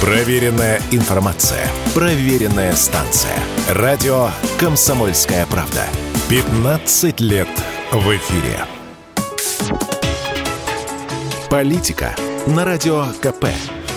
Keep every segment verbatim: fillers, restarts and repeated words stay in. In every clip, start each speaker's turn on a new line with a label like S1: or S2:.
S1: Проверенная информация. Проверенная станция. Радио «Комсомольская правда». пятнадцать лет в эфире. Политика на Радио КП.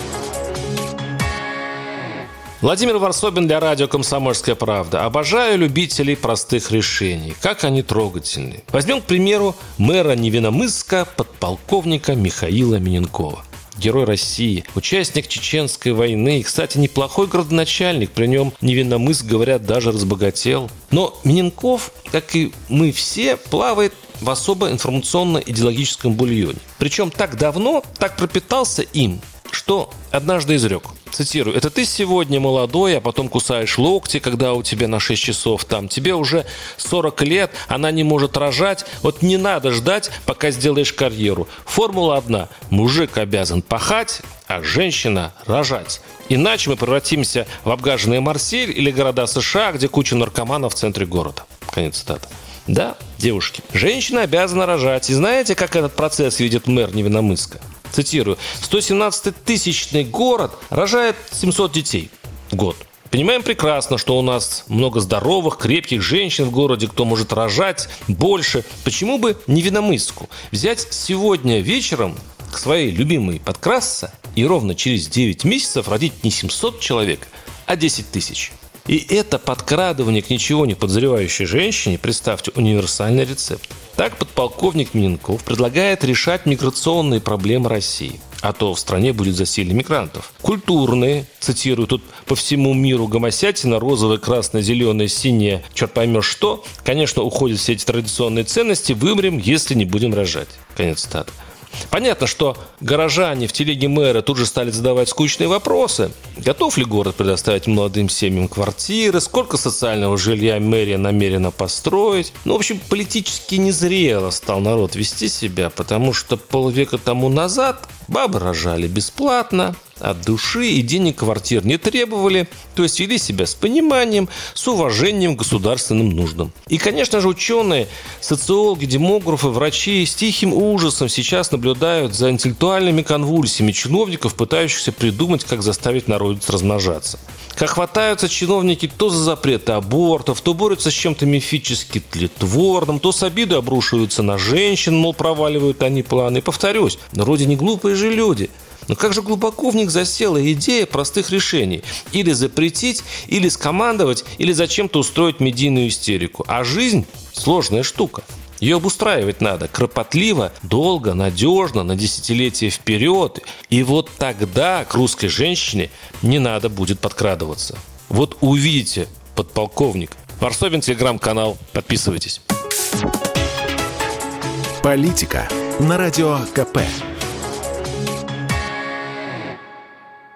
S2: Владимир Варсобин для радио «Комсомольская правда». Обожаю любителей простых решений. Как они трогательны. Возьмем, к примеру, мэра Невинномысска, подполковника Михаила Миненкова. Герой России, участник Чеченской войны и, кстати, неплохой градоначальник. При нем Невинномысск, говорят, даже разбогател. Но Миненков, как и мы все, плавает в особо информационно-идеологическом бульоне. Причем так давно, так пропитался им, что однажды изрек. Цитирую: «Это ты сегодня молодой, а потом кусаешь локти, когда у тебя на шесть часов там. Тебе уже сорок лет, она не может рожать. Вот не надо ждать, пока сделаешь карьеру. Формула одна. Мужик обязан пахать, а женщина рожать. Иначе мы превратимся в обгаженный Марсель или города США, где куча наркоманов в центре города». Конец цитаты. Да, девушки, женщина обязана рожать. И знаете, как этот процесс видит мэр Невинномысска? Цитирую: «сто семнадцатитысячный город рожает семьсот детей в год. Понимаем прекрасно, что у нас много здоровых, крепких женщин в городе, кто может рожать больше. Почему бы Невинномысску взять сегодня вечером к своей любимой подкрасться и ровно через девять месяцев родить не семьсот человек, а десять тысяч. И это подкрадывание к ничего не подозревающей женщине, представьте, универсальный рецепт. Так подполковник Миненков предлагает решать миграционные проблемы России. А то в стране будет засилье мигрантов. Культурные, цитирую, тут по всему миру гомосятина, розовая, красная, зеленая, синяя, черт поймешь что. Конечно, уходят все эти традиционные ценности, вымрем, если не будем рожать». Конец цитаты. Понятно, что горожане в телеге мэра тут же стали задавать скучные вопросы. Готов ли город предоставить молодым семьям квартиры? Сколько социального жилья мэрия намерена построить? Ну, в общем, политически незрело стал народ вести себя, потому что полвека тому назад бабы рожали бесплатно, от души, и денег квартир не требовали, то есть вели себя с пониманием, с уважением к государственным нуждам. И, конечно же, ученые, социологи, демографы, врачи с тихим ужасом сейчас наблюдают за интеллектуальными конвульсиями чиновников, пытающихся придумать, как заставить народец размножаться. Как хватаются чиновники то за запреты абортов, то борются с чем-то мифически тлетворным, то с обидой обрушиваются на женщин, мол, проваливают они планы. И повторюсь, вроде не глупые же люди. Но как же глубоко в них засела идея простых решений. Или запретить, или скомандовать, или зачем-то устроить медийную истерику. А жизнь – сложная штука. Ее обустраивать надо кропотливо, долго, надежно, на десятилетия вперед. И вот тогда к русской женщине не надо будет подкрадываться. Вот увидите, подполковник. Варсобин, телеграм-канал. Подписывайтесь.
S1: Политика на Радио КП.